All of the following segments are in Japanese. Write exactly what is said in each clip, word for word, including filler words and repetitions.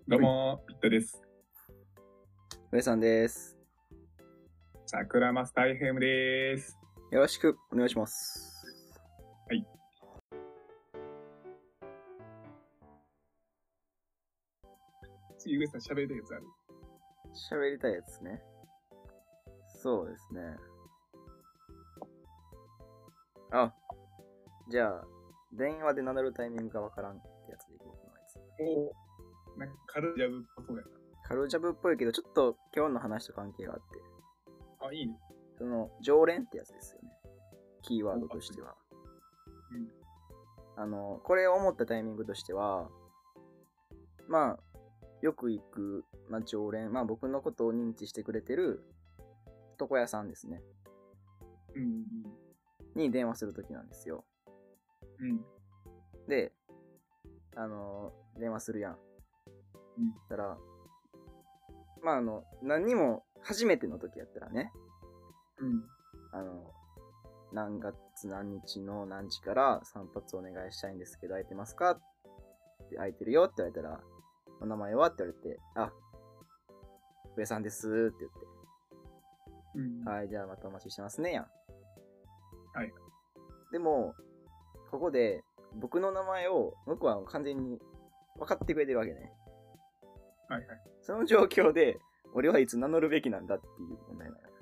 どうも、ピットです。 上さんです。 桜マスター エフエム です。 よろしくお願いします。 はい。次、上さん喋りたいやつある？ 喋りたいやつね。そうですね。あ、じゃあ、電話で名乗るタイミングがわからんってやつでいこうかな、やつ。 おお、なんか軽いジャブっぽそうやカルジャブっぽいけど、ちょっと今日の話と関係があって。 な。あ、いいね。 その、常連ってやつですよね。キーワードとしては。 うん。 あの、これを思ったタイミングとしては、まあ、よく行く、まあ、常連、まあ僕のことを認知してくれてる床屋さんですね。 うんうんに電話するときなんですよ。 うん。うん。 で、あのー電話するやん。 うん。 たら、まああの、何にも初めての時やったらね、 うん。 あの、何月何日の何時から散髪お願いしたいんですけど、空いてますかって空いてるよって言われたら、お名前はって言われて、あ、上さんですって言って、 うん。 はい、じゃあまたお待ちしてますねやん。 はい。 でも、ここで僕の名前を向こうは完全に分かってくれてるわけね。 はいはい。 その状況で、俺はいつ名乗るべきなんだっていう問題なのよ。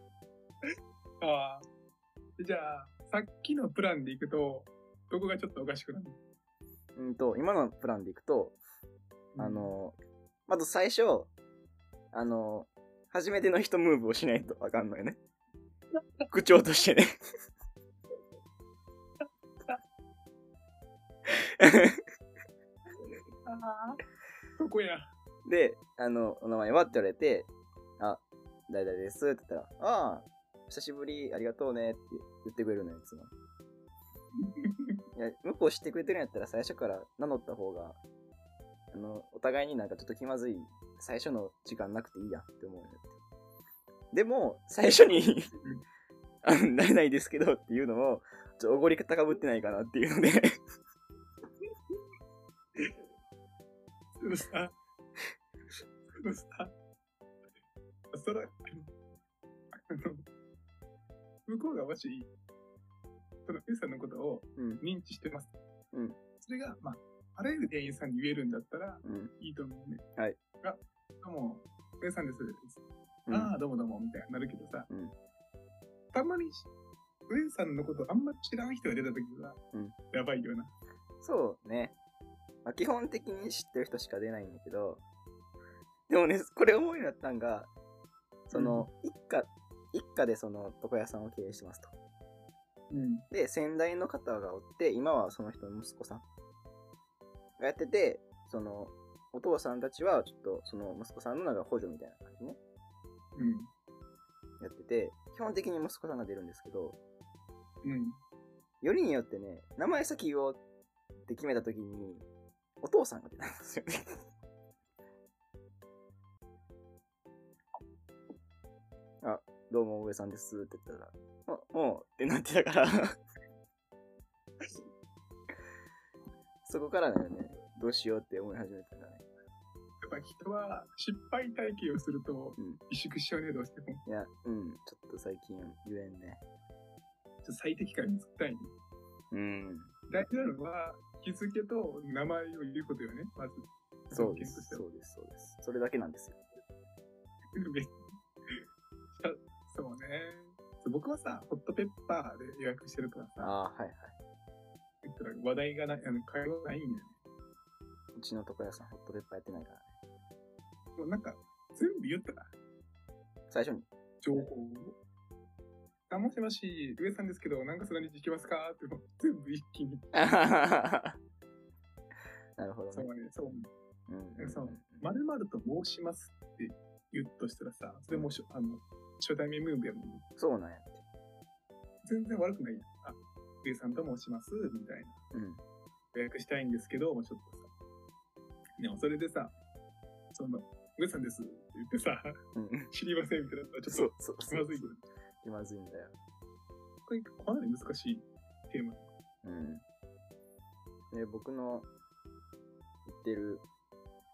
ああ。じゃあ、さっきのプランでいくと、どこがちょっとおかしくなる？ うんと、今のプランでいくと、 うん、 あの、まず最初、あの、初めての人ムーブをしないとあかんのよね。口調としてね。 ああ。そこや。 で、あの、お名前はって言われて、あ、誰々ですって言ったら、ああ、久しぶり、ありがとうねって言ってくれるのよ、いつも。いや、向こう知ってくれてるんやったら最初から名乗った方が、あの、お互いになんかちょっと気まずい、最初の時間なくていいやって思うよって。でも、最初にあの、なれないですけどっていうのも、ちょっとおごり方かぶってないかなっていうのでそのさ、そのさ、それ、あの、向こうがもし、その A さんのことを認知してます。 うん。 それが、まあ、あらゆる店員さんに言えるんだったら、 うん。 いいと思うね。 はい。 あ、どうも、A さんです。 うん、 ああ、どうもどうも、みたいになるけどさ、 うん、 たまに、A さんのことあんま知らん人が出た時は、 うん、 やばいよな。 そうね。まあ、基本的に知ってる人しか出ないんだけど、でもね、これ思いになったんが、その、うん、一家、一家でその床屋さんを経営してますと。 うん、 で、先代の方がおって、今はその人の息子さんがやってて、その、お父さんたちはちょっとその息子さんのなんか補助みたいな感じね。 うん。 やってて、基本的に息子さんが出るんですけど、 うん。 よりによってね、名前先言おうって決めたときに、お父さんが出たんですよね。あ、どうも上さんですって言ったら、あ、もうってなってたからそこからだよね、どうしようって思い始めたんだね。 やっぱ人は失敗体験をすると萎縮しちゃうね、どうしても。 いや、うん、ちょっと最近言えんね。 ちょっと最適解見つけたいね。 うん。 大事なのは、日付と名前を言うことよね、まず。 そうです、そうです、そうです。それだけなんですよ。 そうね。僕はさ、ホットペッパーで予約してるからさ。 ああ、はいはい。 話題がない、あの、会話がないんだよね。 うちの床屋さん、ホットペッパーやってないからね。 もうなんか、全部言ったら。 最初に。 情報を。あ、もしもし、上さんですけど、何月何日行きますかっても全部一気に。 なるほどね。 そうね、そう。 うん、 そう。まるまると申しますって言うとしたらさ、それもし、あの、初対面ムーブやもんね。 そうなんやって。 全然悪くないやん。あ、上さんと申します、みたいな。うん。予約したいんですけど、もうちょっとさ。でもそれでさ、その、上さんですって言ってさ、うん、知りませんみたいな。ちょっと気まずいけど。 気まずいんだよ。 これかなり難しいテーマ。 うん。で、僕の言ってる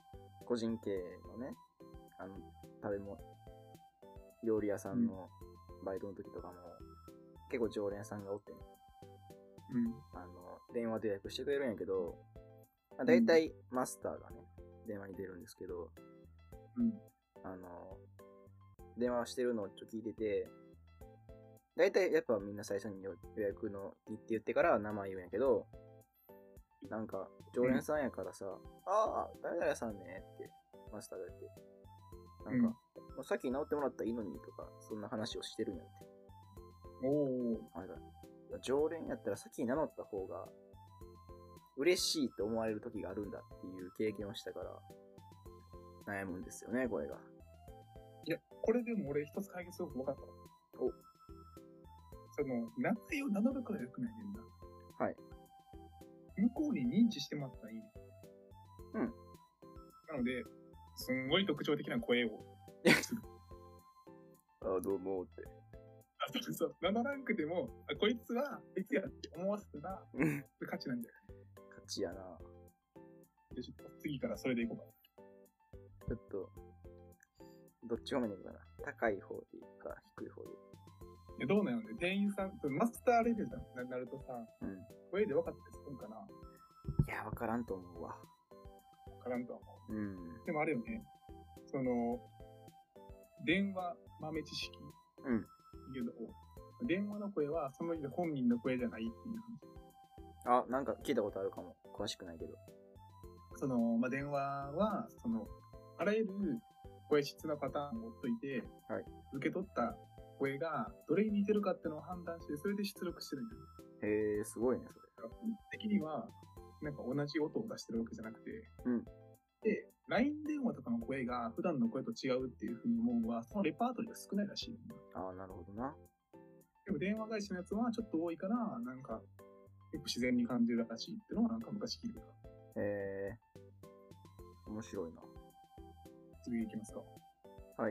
個人経営のね、あの、食べ物、料理屋さんのバイトの時とかも、結構常連さんがおってね、 うん。 あの、電話で予約してくれるんやけど、まあ、大体マスターがね、電話に出るんですけど、 うん。 あの、電話してるのをちょっと聞いてて、大体やっぱみんな最初に予約の日って言ってから名前言うんやけど、なんか常連さんやからさ、うん、ああ、誰々さんねってマスターが言って、なんか、うん、さっき治ってもらったらいいのにとか、そんな話をしてるんやって。 おお。 あれだ。常連やったら先に名乗った方が嬉しいと思われる時があるんだっていう経験をしたから悩むんですよね、これが。 いや、これでも俺一つ解決方法分かった。お。その、名前を名乗るからよくないねんな。 はい。 向こうに認知してもらったらいいね。 うん。 なので、すんごい特徴的な声をする。 あ、どうもって。 あ、そうそう。名乗らんくても、あ、こいつは別やって思わせたら、勝ちなんだよ。 勝ちやな。 で、ちょっと次からそれでいこうか。 ちょっと、どっち方面でいいかな。高い方でいいか、低い方でいい。 いや、どうなのね。店員さん、マスターレベルになるとさ、うん、声で分かったりするんかな。 いや、分からんと思うわ。 分からんと思う。 うん。 でもあれよね。その、電話豆知識。 うん。 けど、電話の声はその人本人の声じゃないっていう話。あ、なんか聞いたことあるかも。詳しくないけど。 その、まあ、電話は、その、あらゆる声質のパターンを持っといて、 はい、 受け取った声がどれに似てるかっていうのを判断して、それで出力してるんだよ。 へえ、すごいね、それ。 本的には、なんか同じ音を出してるわけじゃなくて、 うん。 で、ライン 電話とかの声が普段の声と違うっていうふうに思うのは、そのレパートリーが少ないらしい。 ああ、なるほどな。 でも電話会社のやつはちょっと多いから、なんか、結構自然に感じるらしいっていうのはなんか昔聞いてた。 へえ、面白いな。 次行きますか。 はい。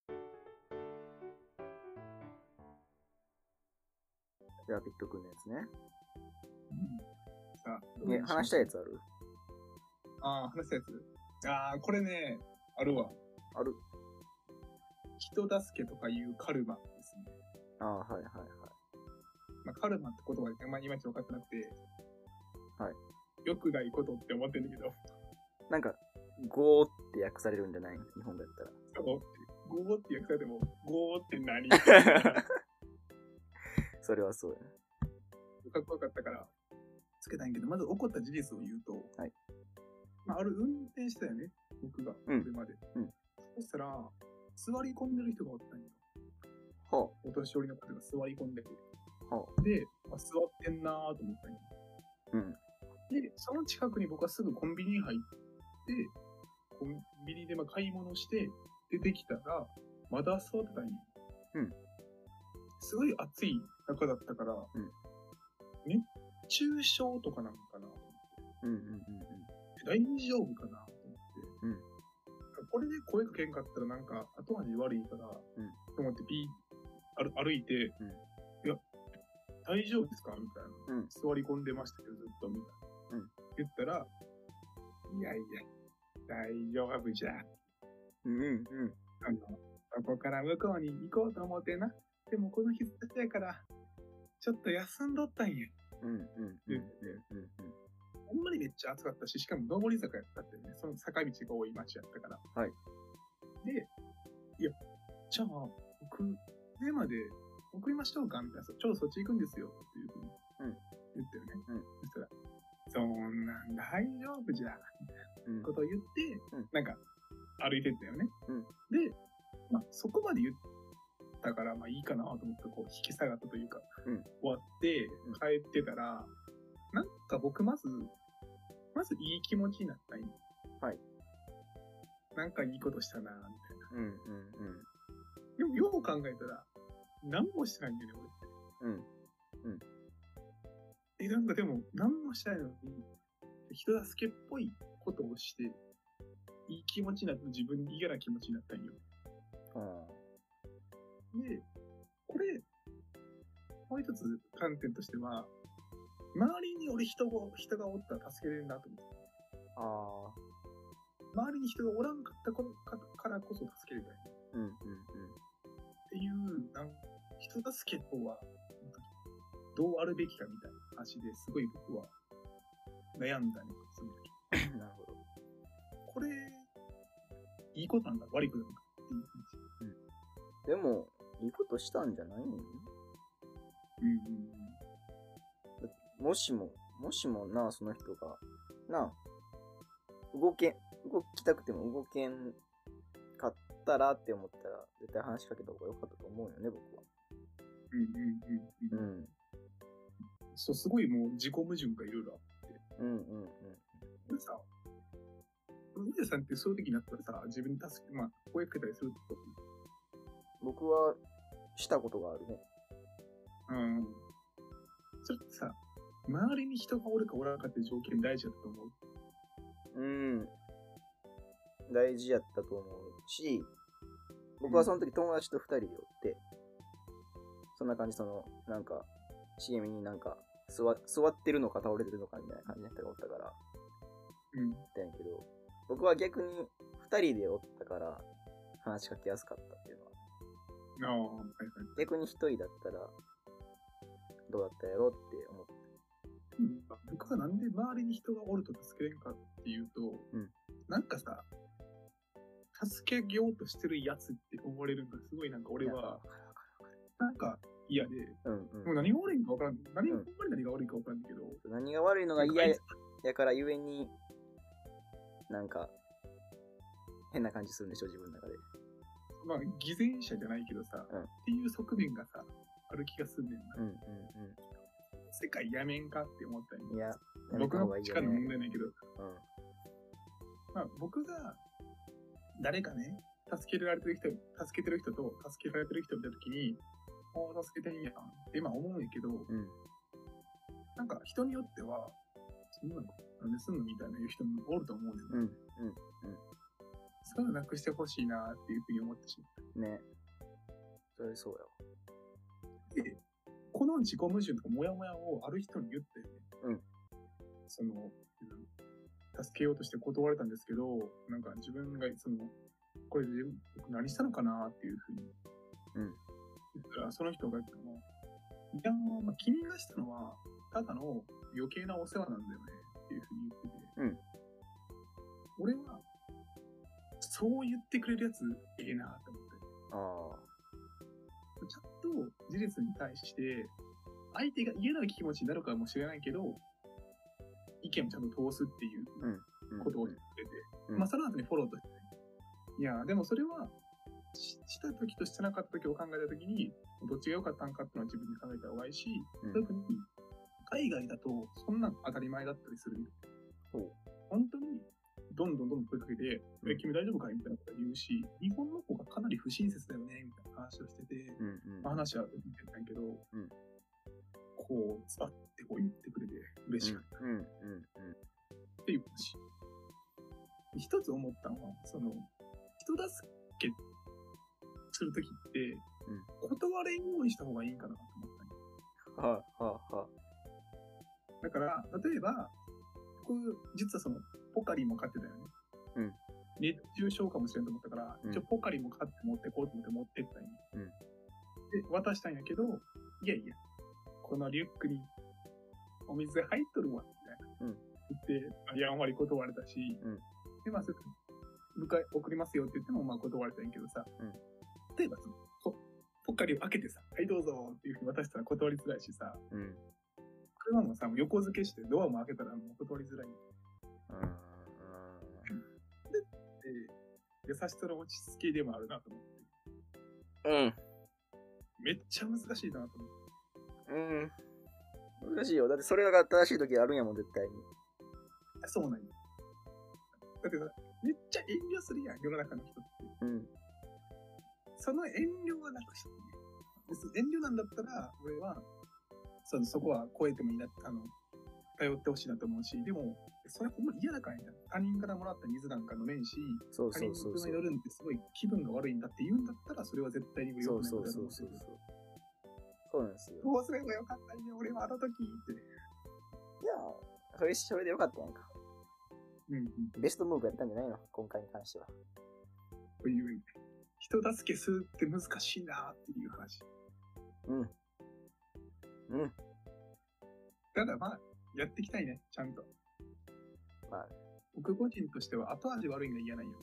じゃあ、ピット君のやつね。 うん。さあ、ね、話したいやつある？ ああ、話したやつ。ああ、これね、あるわ。 ある。 人助けとかいうカルマですね。 ああ、はいはいはい。 まあ、カルマって言葉が、まあ、いまいち分かってなくて、 はい。 良くないことって思ってるんだけど。 なんか、ゴーって訳されるんじゃない？日本語やったら。 そう。ゴーって訳されても、ゴーって何？ それはそうやね。 かっこよかったから、つけたいんけど、まず起こった事実を言うと、 はい。 まあ、ある運転してたよね、僕が、車で。 うん。うん、 そしたら、座り込んでる人がおったんよ。 はあ、 お年寄りの方が座り込んでて。 はあ、で、まあ、座ってんなーと思ったんよ。 うん。 で、その近くに僕はすぐコンビニに入って、コンビニでまあ買い物して、出てきたら、まだ座ってたんよ。 うん。 すごい暑い中だったから、 うん、 熱中症とかなのかなと思って。 うんうんうんうん。 大丈夫かなと思って。 うん。 これで声かけんかったらなんか後味悪いから、うん、と思ってピー歩いて、うん、いや、大丈夫ですかみたいな、うん。座り込んでましたけど、ずっとみたいな。うん、言ったら、いやいや、大丈夫じゃ。 うんうん。 あの、ここから向こうに行こうと思ってな。でもこの日差しやから、ちょっと休んどったんや。 うんうんうんうんうん。 ほんまにめっちゃ暑かったし、しかも上り坂やったってね、その坂道が多い街やったから。 はい。 で、いや、じゃあ、僕、家まで送りましょうかみたいな、ちょうどそっち行くんですよっていうふうに言ったよね。うん。そしたら、そんなん大丈夫じゃんみたいなことを言って、うん、なんか、歩いてったよね。うん、で、まあ、そこまで言ったから、まあいいかなと思って、こう、引き下がったというか、うん、終わって、帰ってたら、なんか僕まず、まずいい気持ちになったんよ。 はい。 なんかいいことしたなみたいな。 うんうんうん。 でもよう考えたら、何もしてないんだよね、 俺って。うん。うん。 え、なんかでも、何もしてないのに、人助けっぽいことをして、いい気持ちになって自分に嫌な気持ちになったんよ。うん。で、これ、もう一つ観点としては、周りに俺人が、人がおったら助けれるなと思って。 ああ。 周りに人がおらんかったからこそ助けるたい。 うんうんうん。 っていう、なん人助けとは、どうあるべきかみたいな話ですごい僕は悩んだね、その時。 なるほど。 これ、いいことなんだ、悪いことなんだっていう話。 うん。でも、いいことしたんじゃないの？うんうんうん。 もしも、もしもな、その人が、な、動けん、動きたくても動けんかったらって思ったら、絶対話しかけた方が良かったと思うよね、僕は。 うんうんうんうん。 うん。 そう、すごいもう自己矛盾がいろいろあって。 うんうんうん。 でさ、みやさんってそういう時になったらさ、自分に助け、まあ、声かけたりするってこと？ 僕は、したことがあるね。 うん。それってさ、周りに人がおるかおらんかっていう条件大事だと思う。 うん。大事やったと思うし、僕はその時友達と二人でおって、そんな感じ、その、なんか、シーエム になんか座、座ってるのか倒れてるのかみたいな感じの人がおったから、 うん。 だんやけど、僕は逆に二人でおったから、話しかけやすかったっていうのは。 ああ、はいはい。 逆に一人だったら、どうだったやろって思って。 うん、僕はなんで周りに人がおると助けれんかっていうと、 うん、 なんかさ、助けようとしてるやつって思われるのがすごいなんか俺は、なんか嫌で、 うんうん、 もう何が悪いのか分からん。何が、ほんまに何が悪いか分からんけど。 何が悪いのが嫌やからゆえに、なんか、変な感じするんでしょ、自分の中で。 まあ、偽善者じゃないけどさ、 うん、 っていう側面がさ、ある気がすんねんな。 うんうんうん。 世界やめんかって思ったり。 いや、 僕の力の問題ないけど。 うん、 まあ、僕が、誰かね、助けられてる人、助けてる人と助けられてる人を見たときに、ああ、助けてんやんって今思うんやけど、 うん、 なんか人によっては、そんなのなんですんのみたいな言う人もおると思うねんな。 うん、うん、うん。 そういうのなくしてほしいなっていうふうに思ってしまった。 ね。それそうや。で、この自己矛盾とかモヤモヤをある人に言ったよね。 うん。 その、助けようとして断れたんですけど、なんか自分が、その、これ自分、僕何したのかなっていうふうに。 うん。 言ったら、その人が言ったのは、いや、まあ、君がしたのは、ただの余計なお世話なんだよねっていうふうに言ってて。 うん。 俺は、そう言ってくれるやつ、ええなって思って。 ああ。ちゃんと事実に対して、相手が嫌な気持ちになるかもしれないけど、意見をちゃんと通すっていうことを言ってて、うんうん、まあその後にフォローとしてね。いや、でもそれは、し, した時としてなかった時を考えた時に、どっちが良かったんかっていうのは自分で考えた方がいいし、うん、特に海外だとそんな当たり前だったりする。うん、本当にどんどんどんどん声かけて、うん、え、君大丈夫かいみたいなこと言うし、日本の子がかなり不親切だよねみたいな話をしてて、うんうん、まあ、話は言ってたんやけど、うん、こう、ズバッてこう言ってくれて嬉しかった。うんうんうん、っていう話。一つ思ったのは、その、人助けするときって、うん、断れんようにした方がいいんかなと思ったんよ。 はあ、はあ、はあ。 だから、例えば、僕、実はその、ポカリも買ってたよね。うん。熱中症かもしれんと思ったから、うん、一応ポカリも買って持ってこうと思って持ってったんよ。うん。で、渡したんやけど、いやいや、このリュックにお水入っとるわ、みたいな。うん。言って、やんわり断れたし、うん。で、まあ、それ迎え、送りますよって言っても、まあ、断れたんやけどさ、うん。例えばその、ポカリを開けてさ、はいどうぞっていうふうに渡したら断りづらいしさ、うん。車もさ、もう横付けしてドアも開けたらもう断りづらい。うん。で、で優しさの落ち着きでもあるなと思って。うん。めっちゃ難しいなと思って。 うん。難しいよ。だってそれが正しい時あるんやもん、絶対に。 そうなんや。だってさ、めっちゃ遠慮するやん、世の中の人って。うん。その遠慮はなくしてね。遠慮なんだったら、俺は、そのそこは超えてもいいな、あの、頼ってほしいなと思うし、でも、それほんまに嫌だからやん。他人からもらった水なんか飲めんし、 そうそうそうそう、 他人の車に乗るんってすごい気分が悪いんだって言うんだったら、それは絶対に俺良くないことだと思う。そうそうそうそう。 そうなんですよ。 どうすればよかったんや、俺はあの時って。 いや、それ、それでよかったやんか。 いうんうん。 ベストムーブやったんじゃないの今回に関しては。 という、人助けするって難しいなっていう話。 うん。うん。 ただまあ、やっていきたいね、ちゃんと。 まあ、 僕個人としては後味悪いの嫌なんよ。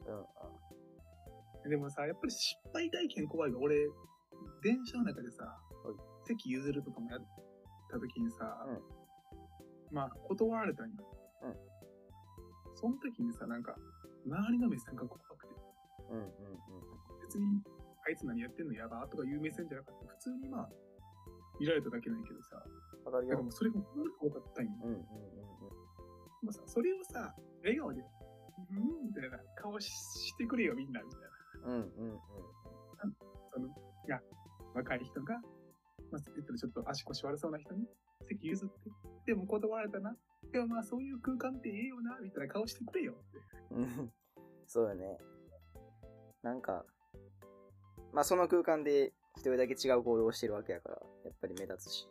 うん。でもさ、やっぱり失敗体験怖いわ。俺、電車の中でさ、席譲るとかもやった時にさ、うん、まあ、断られたんよ。うん。その時にさ、なんか、周りの目線が怖くて。うんうんうん。別に、あいつ何やってんのやばとかいう目線じゃなかった。普通にまあ、見られただけなんやけどさ。わかるよ。でもそれが怖かったんよ。うんうんうんうん。でもさ、それをさ、笑顔で、うんみたいな顔してくれよ、みんな、みたいな。うんうんうん。その、いや、若い人が、まあ、言ったらちょっと足腰悪そうな人に席譲って、でも断られたな。でもまあそういう空間ってええよな、みたいな顔してくれよって。 うん。そうよね。なんか、まあその空間で一人だけ違う行動をしてるわけやから、やっぱり目立つし。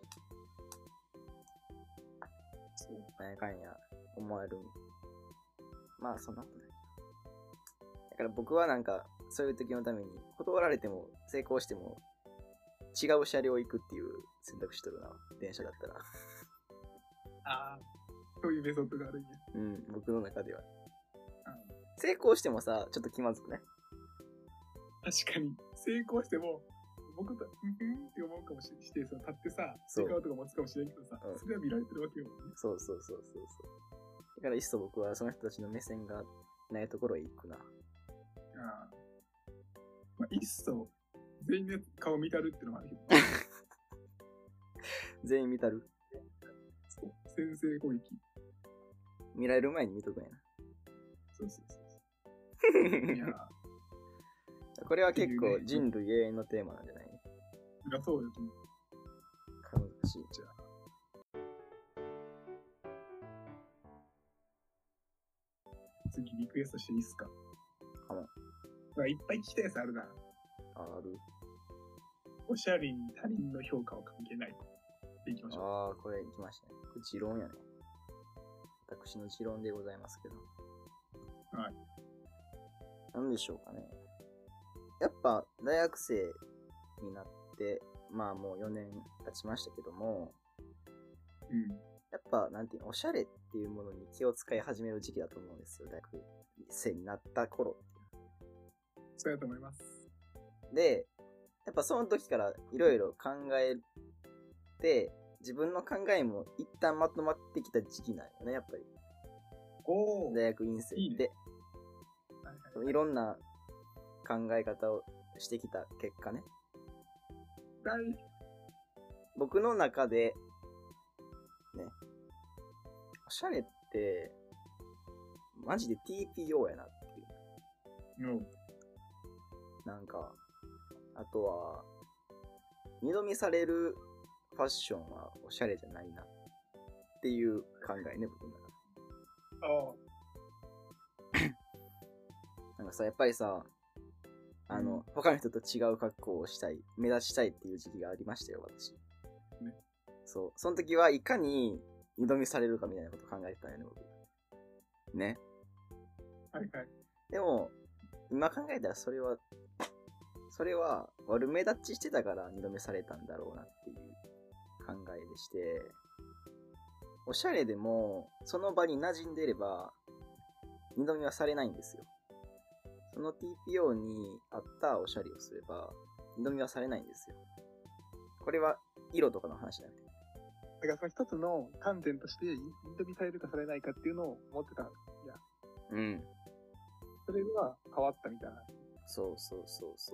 そう。なんやかんや思われる。まあそんなことない。だから僕はなんか、そういう時のために、断られても成功しても、違う車両行くっていう選択肢取るな、電車だったら。 ああ、そういうメソッドがあるんや。 うん、僕の中では。成功してもさ、ちょっと気まずくね。 確かに、成功しても、僕と、うんふんって思うかもしれない。してさ、立ってさ、違うとか持つかもしれないけどさ、うん、それは見られてるわけよ、ね。 そうそうそうそうそう。だからいっそ僕はその人たちの目線がないところへ行くな。ああ。まあ、いっそ、全員の顔見たるってのもあるけど。 全員見たる？ そう。先制攻撃。 見られる前に見とくんやな。 そうそうそう。いやこれは結構人類永遠のテーマなんじゃない？ いや、そうですね。 難しい。じゃあ。 次リクエストしていいっすか？ かも。 まあ、いっぱい聞きたいやつあるな。 ある。 おしゃれに他人の評価を関係ない。でいきましょう。 ああ、これいきましたね。これ持論やね。私の持論でございますけど。はい。なんでしょうかね。やっぱ大学生になって、まあもうよねん経ちましたけども、うん。やっぱなんていうの、おしゃれっていうものに気を使い始める時期だと思うんですよ。大学生になった頃っていう。 そうやと思います。 で、やっぱその時からいろいろ考えて、自分の考えも一旦まとまってきた時期なんよね、やっぱり。お大学院生って。いいね。はいはい、いろんな考え方をしてきた結果ね。はい、僕の中で、ね、おしゃれって、マジで ティーピーオー やなっていう。うん。なんか、あとは、二度見されるファッションはおしゃれじゃないなっていう考えね、僕の中で。ああ。なんかさ、やっぱりさ、あの、うん、他の人と違う格好をしたい、目立ちたいっていう時期がありましたよ、私。ね。そう。その時はいかに二度見されるかみたいなことを考えてたんよね、僕。ね。はいはい。でも、今考えたらそれは、それは悪目立ちしてたから二度見されたんだろうなっていう考えでして、おしゃれでもその場に馴染んでいれば二度見はされないんですよ。その ティーピーオー に合ったおしゃれをすれば二度見はされないんですよ。これは色とかの話じゃなくて。 だからその一つの観点として二度見されるかされないかっていうのを思ってたんや。うん。それが変わったみたいな。 そうそうそうそう。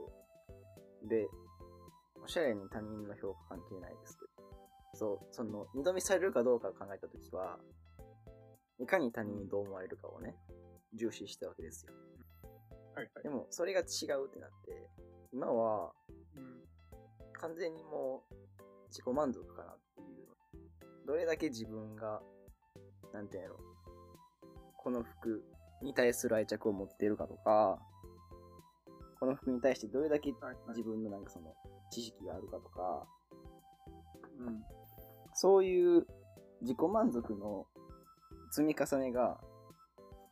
で、おしゃれに他人の評価関係ないですけど、そう、その二度見されるかどうかを考えたときは、いかに他人にどう思われるかをね、重視したわけですよ。はいはい。でも、それが違うってなって、今は、うん、完全にもう自己満足かなっていう。どれだけ自分が、なんていうの、この服に対する愛着を持っているかとか、この服に対してどれだけ自分のなんかその知識があるかとか、うん、そういう自己満足の積み重ねが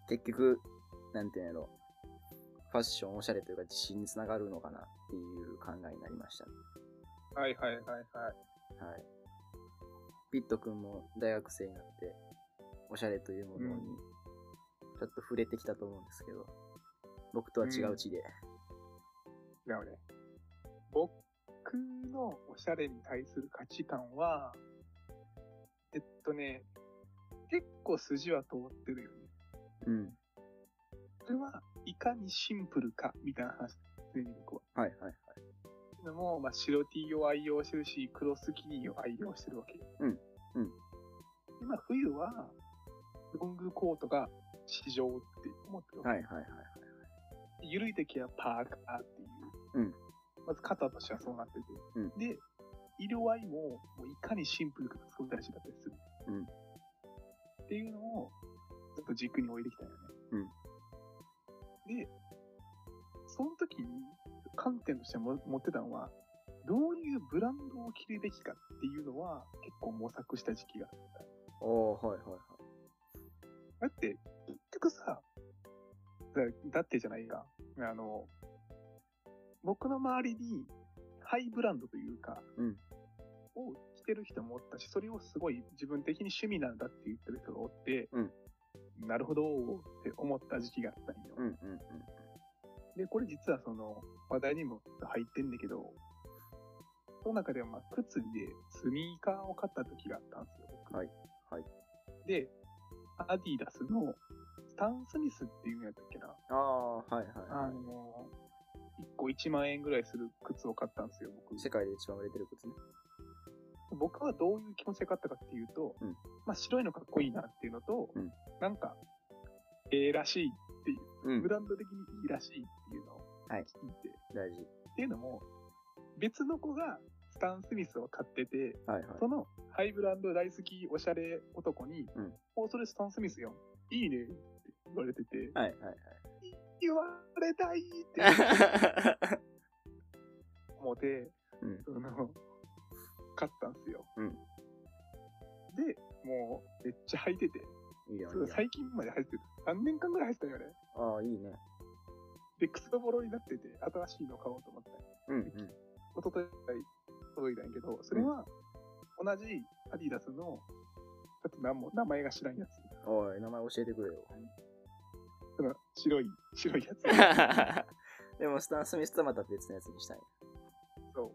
結局、なんていうんやろ、ファッション、おしゃれというか自信につながるのかなっていう考えになりましたね。 はいはいはいはい。 はい。ピット君も大学生になって、おしゃれというものにちょっと触れてきたと思うんですけど、僕とは違う地で。 うん、違うね。僕のおしゃれに対する価値観は、えっとね、結構筋は通ってるよね。 うん。 それはいかにシンプルかみたいな話で僕は。 はいはいはい。 でも、まあ、白 T を愛用してるし、黒スキニーを愛用してるわけ。 うんうん。 で、まあ、冬は、ロングコートが市場って思ってるわけ。 はいはいはいはい。 ゆるい時はパーカーっていう。 うん。 まず肩としてはそうなってて。 うん、 で、色合いも、もういかにシンプルか作りたいしだったりする。 うん。 っていうのを、ちょっと軸に置いてきたよね。 うん。 で、その時に観点としても持ってたのは、どういうブランドを着るべきかっていうのは結構模索した時期があった。 おー、はいはいはい。 だって、結局さ、だ, だってじゃないか、あの、僕の周りにハイブランドというか、 うん、 を着てる人もおったし、それをすごい自分的に趣味なんだって言ってる人がおって、 うん、 なるほどって思った時期があったんよ。 うんうんうん、 で、これ実はその話題にも入ってんだけど、その中ではまあ靴でスニーカーを買った時があったんですよ、僕。 はい。はい。 で、アディダスのスタン・スミスっていうのやったっけな。 ああ、はいはい、はい。 あの、いっこいちまんえんぐらいする靴を買ったんですよ、僕。 世界で一番売れてる靴ね。 僕はどういう気持ちで買ったかっていうと、うん、まあ白いのかっこいいなっていうのと、うん、なんか、ええらしいっていう、うん、ブランド的にいいらしいっていうのを聞いて、 はい、大事。 っていうのも、別の子がスタン・スミスを買ってて、 はいはい、 そのハイブランド大好きおしゃれ男に、うん、お、それスタン・スミスよ。いいねって言われてて、 はいはいはい。 言われたいって思って、うん、その、買ったんですよ。うん、で、もうめっちゃ履いてて、いいよいいよ最近まで履いてる。さんねんかんぐらい履いてたよね。 ああ、いいね。 で、クソボロになってて、新しいの買おうと思って。うん、うん。一昨日届いたんやけど、それは同じアディダスの、ちょっと何も名前が知らんやつ。 おい、名前教えてくれよ。 その白い、白いやつ。 でも、スタン・スミスとまた別のやつにしたい。 そう。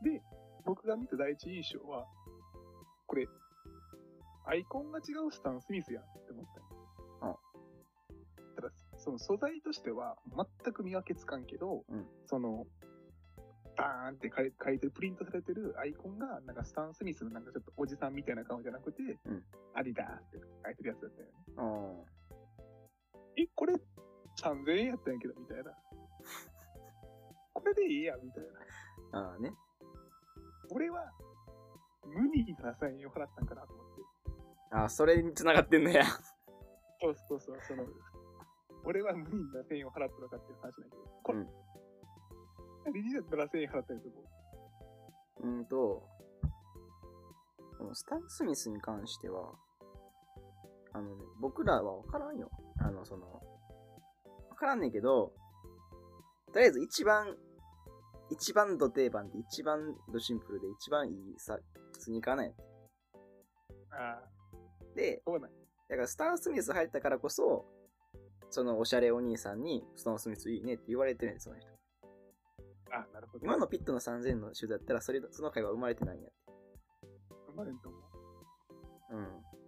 で、僕が見た第一印象は、これ、アイコンが違うスタン・スミスやんって思ったん。うん。ただ、その素材としては全く見分けつかんけど、うん、その、バーンって書いてる、プリントされてるアイコンが、なんかスタン・スミスのなんかちょっとおじさんみたいな顔じゃなくて、うん、アディダーって書いてるやつだったよね。え、これさんぜんえんやったんやけど、みたいな。これでいいや、みたいな。 ああね。 俺は、無にななせんえんを払ったんかなと思って。 ああ、それに繋がってんのや。 そうそうそう、その、俺は無にななせんえんを払ったのかっていう話なんだけど、これ、うんリニーだったらななせんえん払ったりするうーんと、スタン・スミスに関しては、あのね、僕らは分からんよ。あの、その、分からんねんけど、とりあえず一番、一番ド定番で一番ドシンプルで一番いいさ、スニーカーなんや。 ああ。 で、 そうなん。 だからスタン・スミス入ったからこそ、そのおしゃれお兄さんに、スタン・スミスいいねって言われてるんです、その人。 あ、なるほど。 今のピットのさんぜんえんのシューズだったら、それ、その会は生まれてないんや。 生まれんと思う。 うん。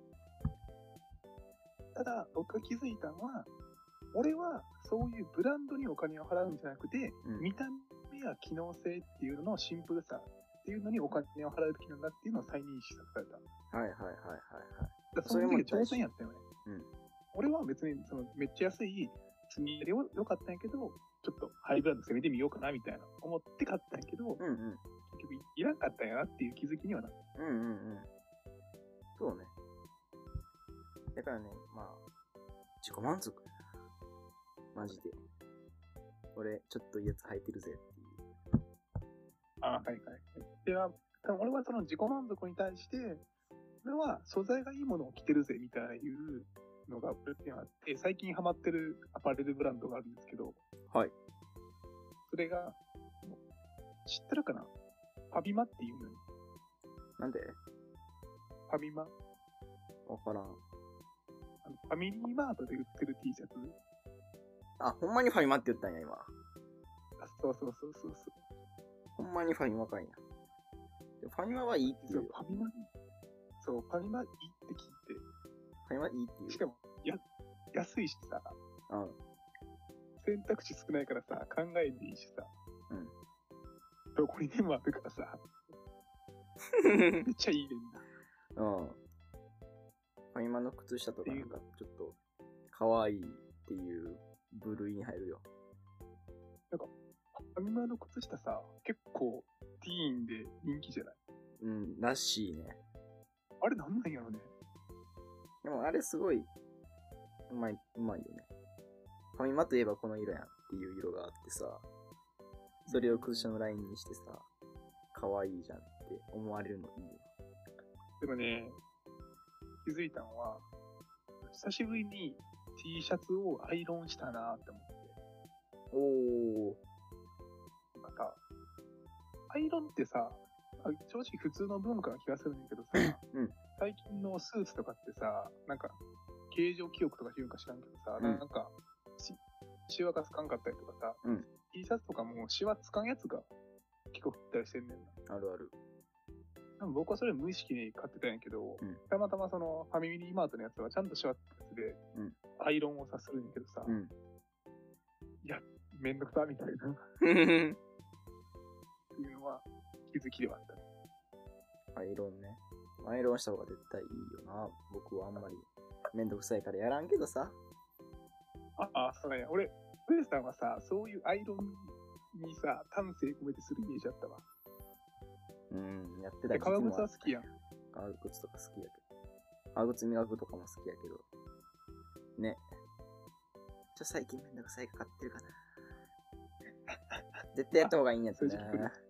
ただ、僕が気づいたのは、俺はそういうブランドにお金を払うんじゃなくて、うん、見た目や機能性っていうののシンプルさっていうのにお金を払うべきなんだっていうのを再認識させた。 はいはいはいはいはい。 だその時挑戦やったよね。うん。俺は別にそのめっちゃ安い積み入れを良かったんやけど、ちょっとハイブランド攻めてみようかなみたいな思って買ったんやけど、うんうん、結局いらんかったんやなっていう気づきにはなった。 うんうんうん。そうね。だからね、まあ、自己満足やな。マジで。俺、ちょっといいやつ履いてるぜっていう。 ああ、はいはい。では、多分俺はその自己満足に対して、俺は素材がいいものを着てるぜみたいないうのがプレゼンあって、最近ハマってるアパレルブランドがあるんですけど、 はい。 それが、知ってるかな？ファミマっていうのに。 なんで？ ファミマ？ わからん。 あのファミリーマートで売ってる T シャツ。 あ、ほんまにファミマって言ったんや、今。 あ、そうそうそうそうそう。 ほんまにファミマかいな。ファミマはいいって言うよ。 ファミマそう、ファミマいいって聞いて。 ファミマいいって言う。 しかも、や、安いしさ。 うん。 選択肢少ないからさ、考えていいしさ。 うん。 どこにでもあるからさ。めっちゃいいねんな。 うん。ファミマの靴下とかなんかちょっと可愛いっていう部類に入るよ。 なんか、ファミマの靴下さ、結構ティーンで人気じゃない？ うん、らしいね。 あれなんなんやろね。 でもあれすごい、うまい、うまいよね。ファミマといえばこの色やんっていう色があってさ、それを靴下のラインにしてさ、可愛いじゃんって思われるのいいよ。 でもね、気づいたのは、久しぶりに T シャツをアイロンしたなって思って。 おー。 なんかさ、アイロンってさ、正直普通の文化な気がするんだけどさ、 うん、 最近のスーツとかってさ、なんか、形状記憶とか言うんか知らんけどさ、うん、なんか、シワがつかんかったりとかさ、 うん、 T シャツとかもシワつかんやつが結構振ったりしてんねんな。 あるある。 多分僕はそれ無意識に買ってたんやけど、うん、たまたまそのファミリーマートのやつはちゃんとシワったやつで、うん、アイロンをさするんやけどさ、うん、いや、めんどくさみたいな。っていうのは気づきではあったね。 アイロンね。アイロンした方が絶対いいよな。僕はあんまりめんどくさいからやらんけどさ。 あ、あ、そうね。俺、ウエスさんはさ、そういうアイロンにさ、丹精込めてするイメージあったわ。 うん、やってたり革靴は好きやん。 革靴とか好きやけど。革靴磨くとかも好きやけど。ね。ちょ、最近めんどくさいかかってるかな。絶対やった方がいいんやつな。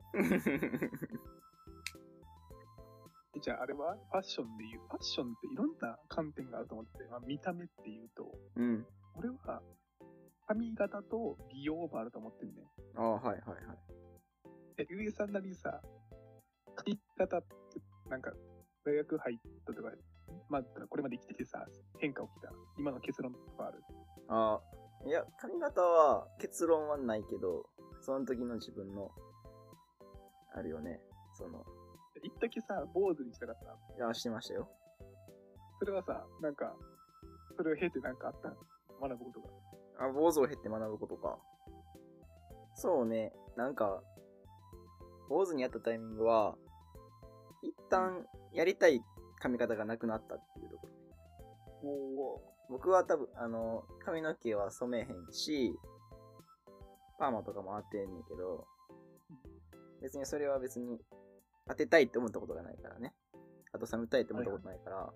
じゃああれはファッションで言う、ファッションっていろんな観点があると思ってて、まあ、見た目っていうと、 うん、 俺は髪型と美容もあると思ってんね。 ああ、はいはいはい。 え、ゆうえさんなりにさ、髪型ってなんか大学入ったとか、まあこれまで生きててさ、変化起きた今の結論とかある？ ああ、いや、髪型は結論はないけど、その時の自分のあるよね、その。 一時さ、坊主にしたかった。 いや、してましたよ。 それはさ、なんか、それを経てなんかあった学ぶことが。 あ、坊主を経て学ぶことか。そうね、なんか、坊主にやったタイミングは、一旦やりたい髪型がなくなったっていうところ。 おー。 僕は多分、あの、髪の毛は染めへんし、パーマとかも当てんねんけど、別にそれは別に当てたいって思ったことがないからね。あと染めたいって思ったことないから。はいはい、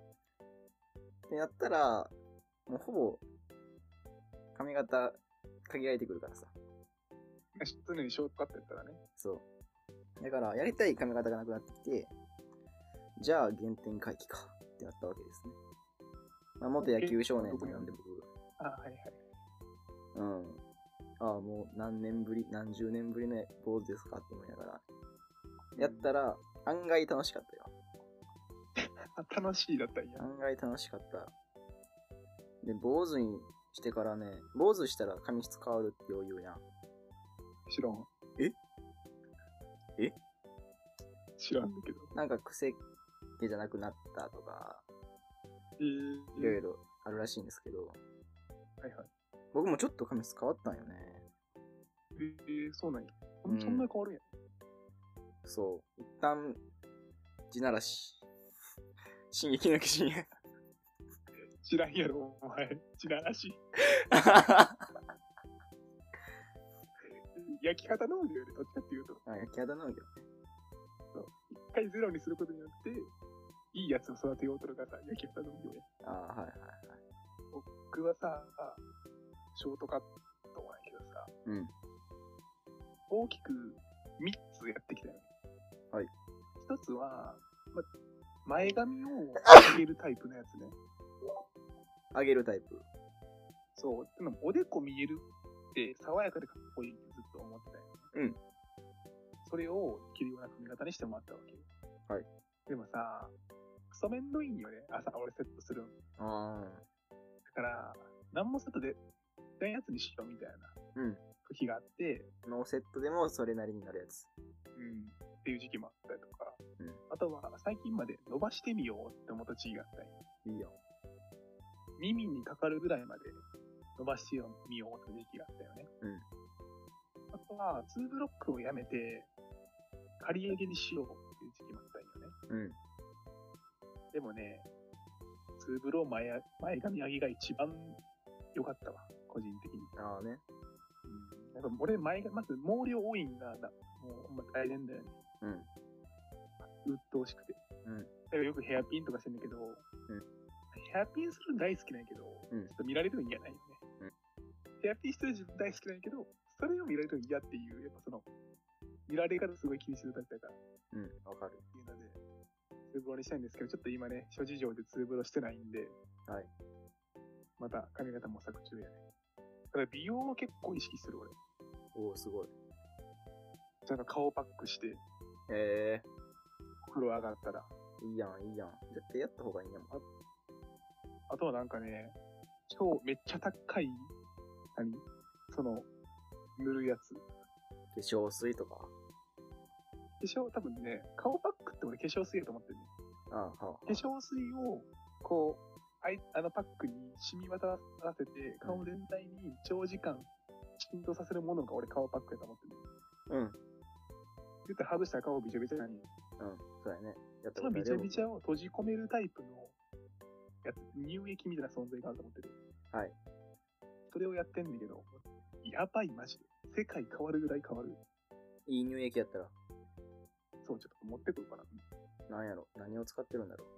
ってなったら、もうほぼ、髪型限られてくるからさ。 常にショートカットやったらね。 そう。だから、やりたい髪型がなくなってきて、じゃあ原点回帰かってなったわけですね。まあ、元野球少年なんで僕。 あ、はいはい。 うん。ああ、もう何年ぶり、何十年ぶりの坊主ですかって思いながら。やったら、案外楽しかったよ。 楽しいだったんや。 案外楽しかった。で、坊主にしてからね、坊主したら髪質変わるってよう言うやん。 知らん。 ええ知らんだけど。 なんか癖毛じゃなくなったとか、 えー、 いろいろあるらしいんですけど、 はいはい。 僕もちょっと髪質変わったんよね。 えー、そうなんや。そんな変わるんや。 うん、そう。一旦、地ならし。進撃の巨人や。 知らんやろ、お前。地ならし。焼き方農業よりどっちかっていうと。 あ、焼き方農業ね。 そう。一回ゼロにすることによって、いいやつを育てようとかさ、焼き方農業や。 ああ、はいはいはい。 僕はさ、ショートカットなんやけどさ、 うん。 大きくみっつやってきたよね。 はい。 一つは、ま、前髪を上げるタイプのやつね。 上げるタイプ。 そう。でもおでこ見えるって爽やかでかっこいいってずっと思ってたよね。 うん。 それを着るような髪型にしてもらったわけよ。 はい。 でもさ、クソめんどいんよね。朝俺セットするん。 あだから、何もセットで、ないやつにしようみたいなー。うん。 日があって、 ノーセットでもそれなりになるやつ。 うん。っていう時期もあったりとか。 うん。 あとは、最近まで伸ばしてみようって思った時期があったり。 いいよ。 耳にかかるぐらいまで伸ばしてみようって時期があったよね。 うん。 あとは、ツーブロックをやめて、刈り上げにしようっていう時期もあったんよね。 うん。 でもね、ツーブロー前前髪上げが一番良かったわ、個人的に。 ああね。 うん。やっぱ俺前が、まず毛量多いんが、なもうほんま大変だよね。 うん。 鬱陶しくて。 うん。 だからよくヘアピンとかしてんだけど、 んヘアピンするの大好きなんやけど、 うんちょっと見られるの嫌なんよね。 うんヘアピンしてる自分大好きなんやけど、それを見られるの嫌っていう、やっぱその、見られ方すごい気にするタイプだから。 うん。わかる。 っていうので、ツーブロにしたいんですけど、ちょっと今ね、諸事情でツーブロしてないんで、 はい。 また髪型模索中やね。だから美容を結構意識する俺。 おお、すごい。 ちゃんと顔パックして、 へえお風呂上がったら。 ー。いいやん、いいやん。絶対やった方がいいんやもん。 あとはなんかね、超めっちゃ高い、何その、塗るやつ。 化粧水とか。 化粧、多分ね、顔パックって俺化粧水やと思ってるね。 ああ、はあ、は化粧水を、こう、あいあのパックに染み渡らせて、顔全体に長時間浸透させるものが俺顔パックやと思ってる。 うん。うん。 言ったら外したら顔びちゃびちゃに。 そうやね。やったそのびちゃびちゃ。 ゃを閉じ込めるタイプのやつ、乳液みたいな存在があると思ってる。 はい。 それをやってんだけど、やばいマジで。世界変わるぐらい変わる。 いい乳液やったら。 そう、ちょっと持ってくるかな。 なんやろ。何を使ってるんだろ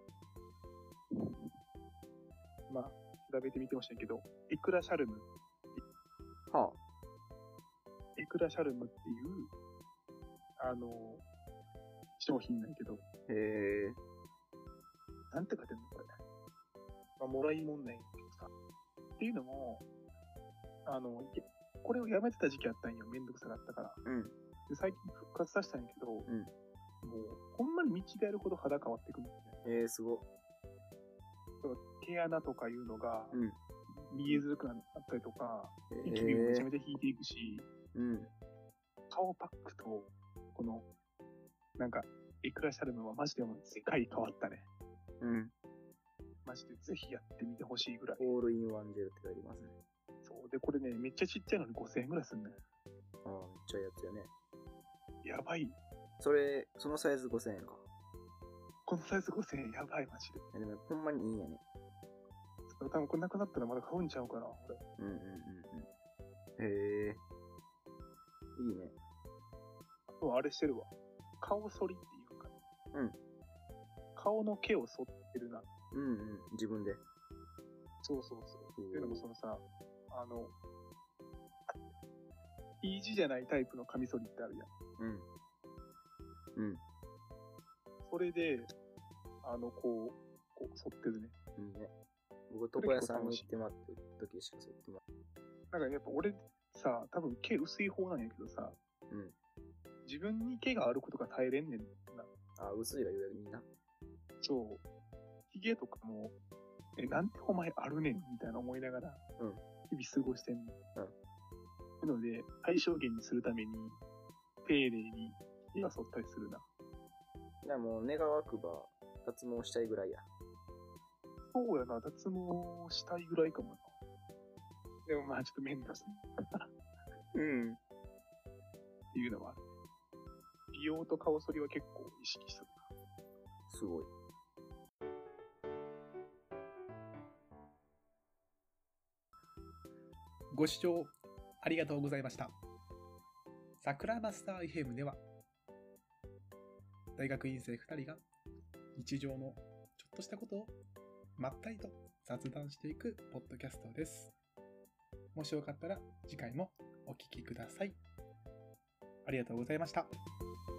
まあ、調べてみてほしいけど、エクラシャルム。 う。はエクラシャルムっていう、あの、商品なんやけど、 あ。へえ。 なんて書いてんのこれ。まあ、もらいもんないけどさ。っていうのも、あの、いこれをやめてた時期あったんよ。めんどくさかったから。 うん。 で最近復活させたんやけど、もんう、ほんまに見違えるほど肌変わってくるんだよね。 えー、すご。 毛穴とかいうのがうん。 見えづらくなったりとか、 えニキビもめちゃめー。 ちゃ引いていくし、 うん。 顔パックと、この、なんか、エクラシャルムはマジでもう世界変わったね。 うん。 マジでぜひやってみてほしいぐらい。 オールインワンジェルって書いてますね。 そう。で、これね、めっちゃちっちゃいのにごせんえんぐらいすんねん。 ああ、めっちゃいいやつやね。 やばい。 それ、そのサイズごせんえんか。 このサイズごせんえんやばい、マジで。 えでも、ほんまにいいんやね。 多分これなくなったらまだ買うんちゃうかな、俺。 うんうんうんうん。へえ。いいね。 あとはあれしてるわ。顔剃りっていうか。 うん。 顔の毛を剃ってるな。 うんうん。自分で。 そうそうそう。 おーっていうのもそのさ、あの、T 字じゃないタイプのカミソリってあるやん。 うん。うん。 それで、あの、こう、こう、剃ってるね。 いいね。僕、床屋さんに行ってもらった時しかそう言ってもらっなんかやっぱ俺さ、多分毛薄い方なんやけどさ、 うん。 自分に毛があることが耐えれんねんな。 あ、薄いがゆえにな。 そう。髭とかも、え、なんてお前あるねんみたいな思いながら、 うん日々過ごしてんの。 うん。 なので、最小限にするために、丁寧に髭が剃ったりするな。 じゃあもう、願わくば、脱毛したいぐらいや。 そうやな、脱毛したいぐらいかもな。でもまあちょっとめんどくさい。 うん。 っていうのはある。美容と顔剃りは結構意識するな。 すごい。 ご視聴ありがとうございました。桜マスター エフエム では、大学院生ふたりが日常のちょっとしたことをまったりと雑談していくポッドキャストです。もしよかったら次回もお聞きください。ありがとうございました。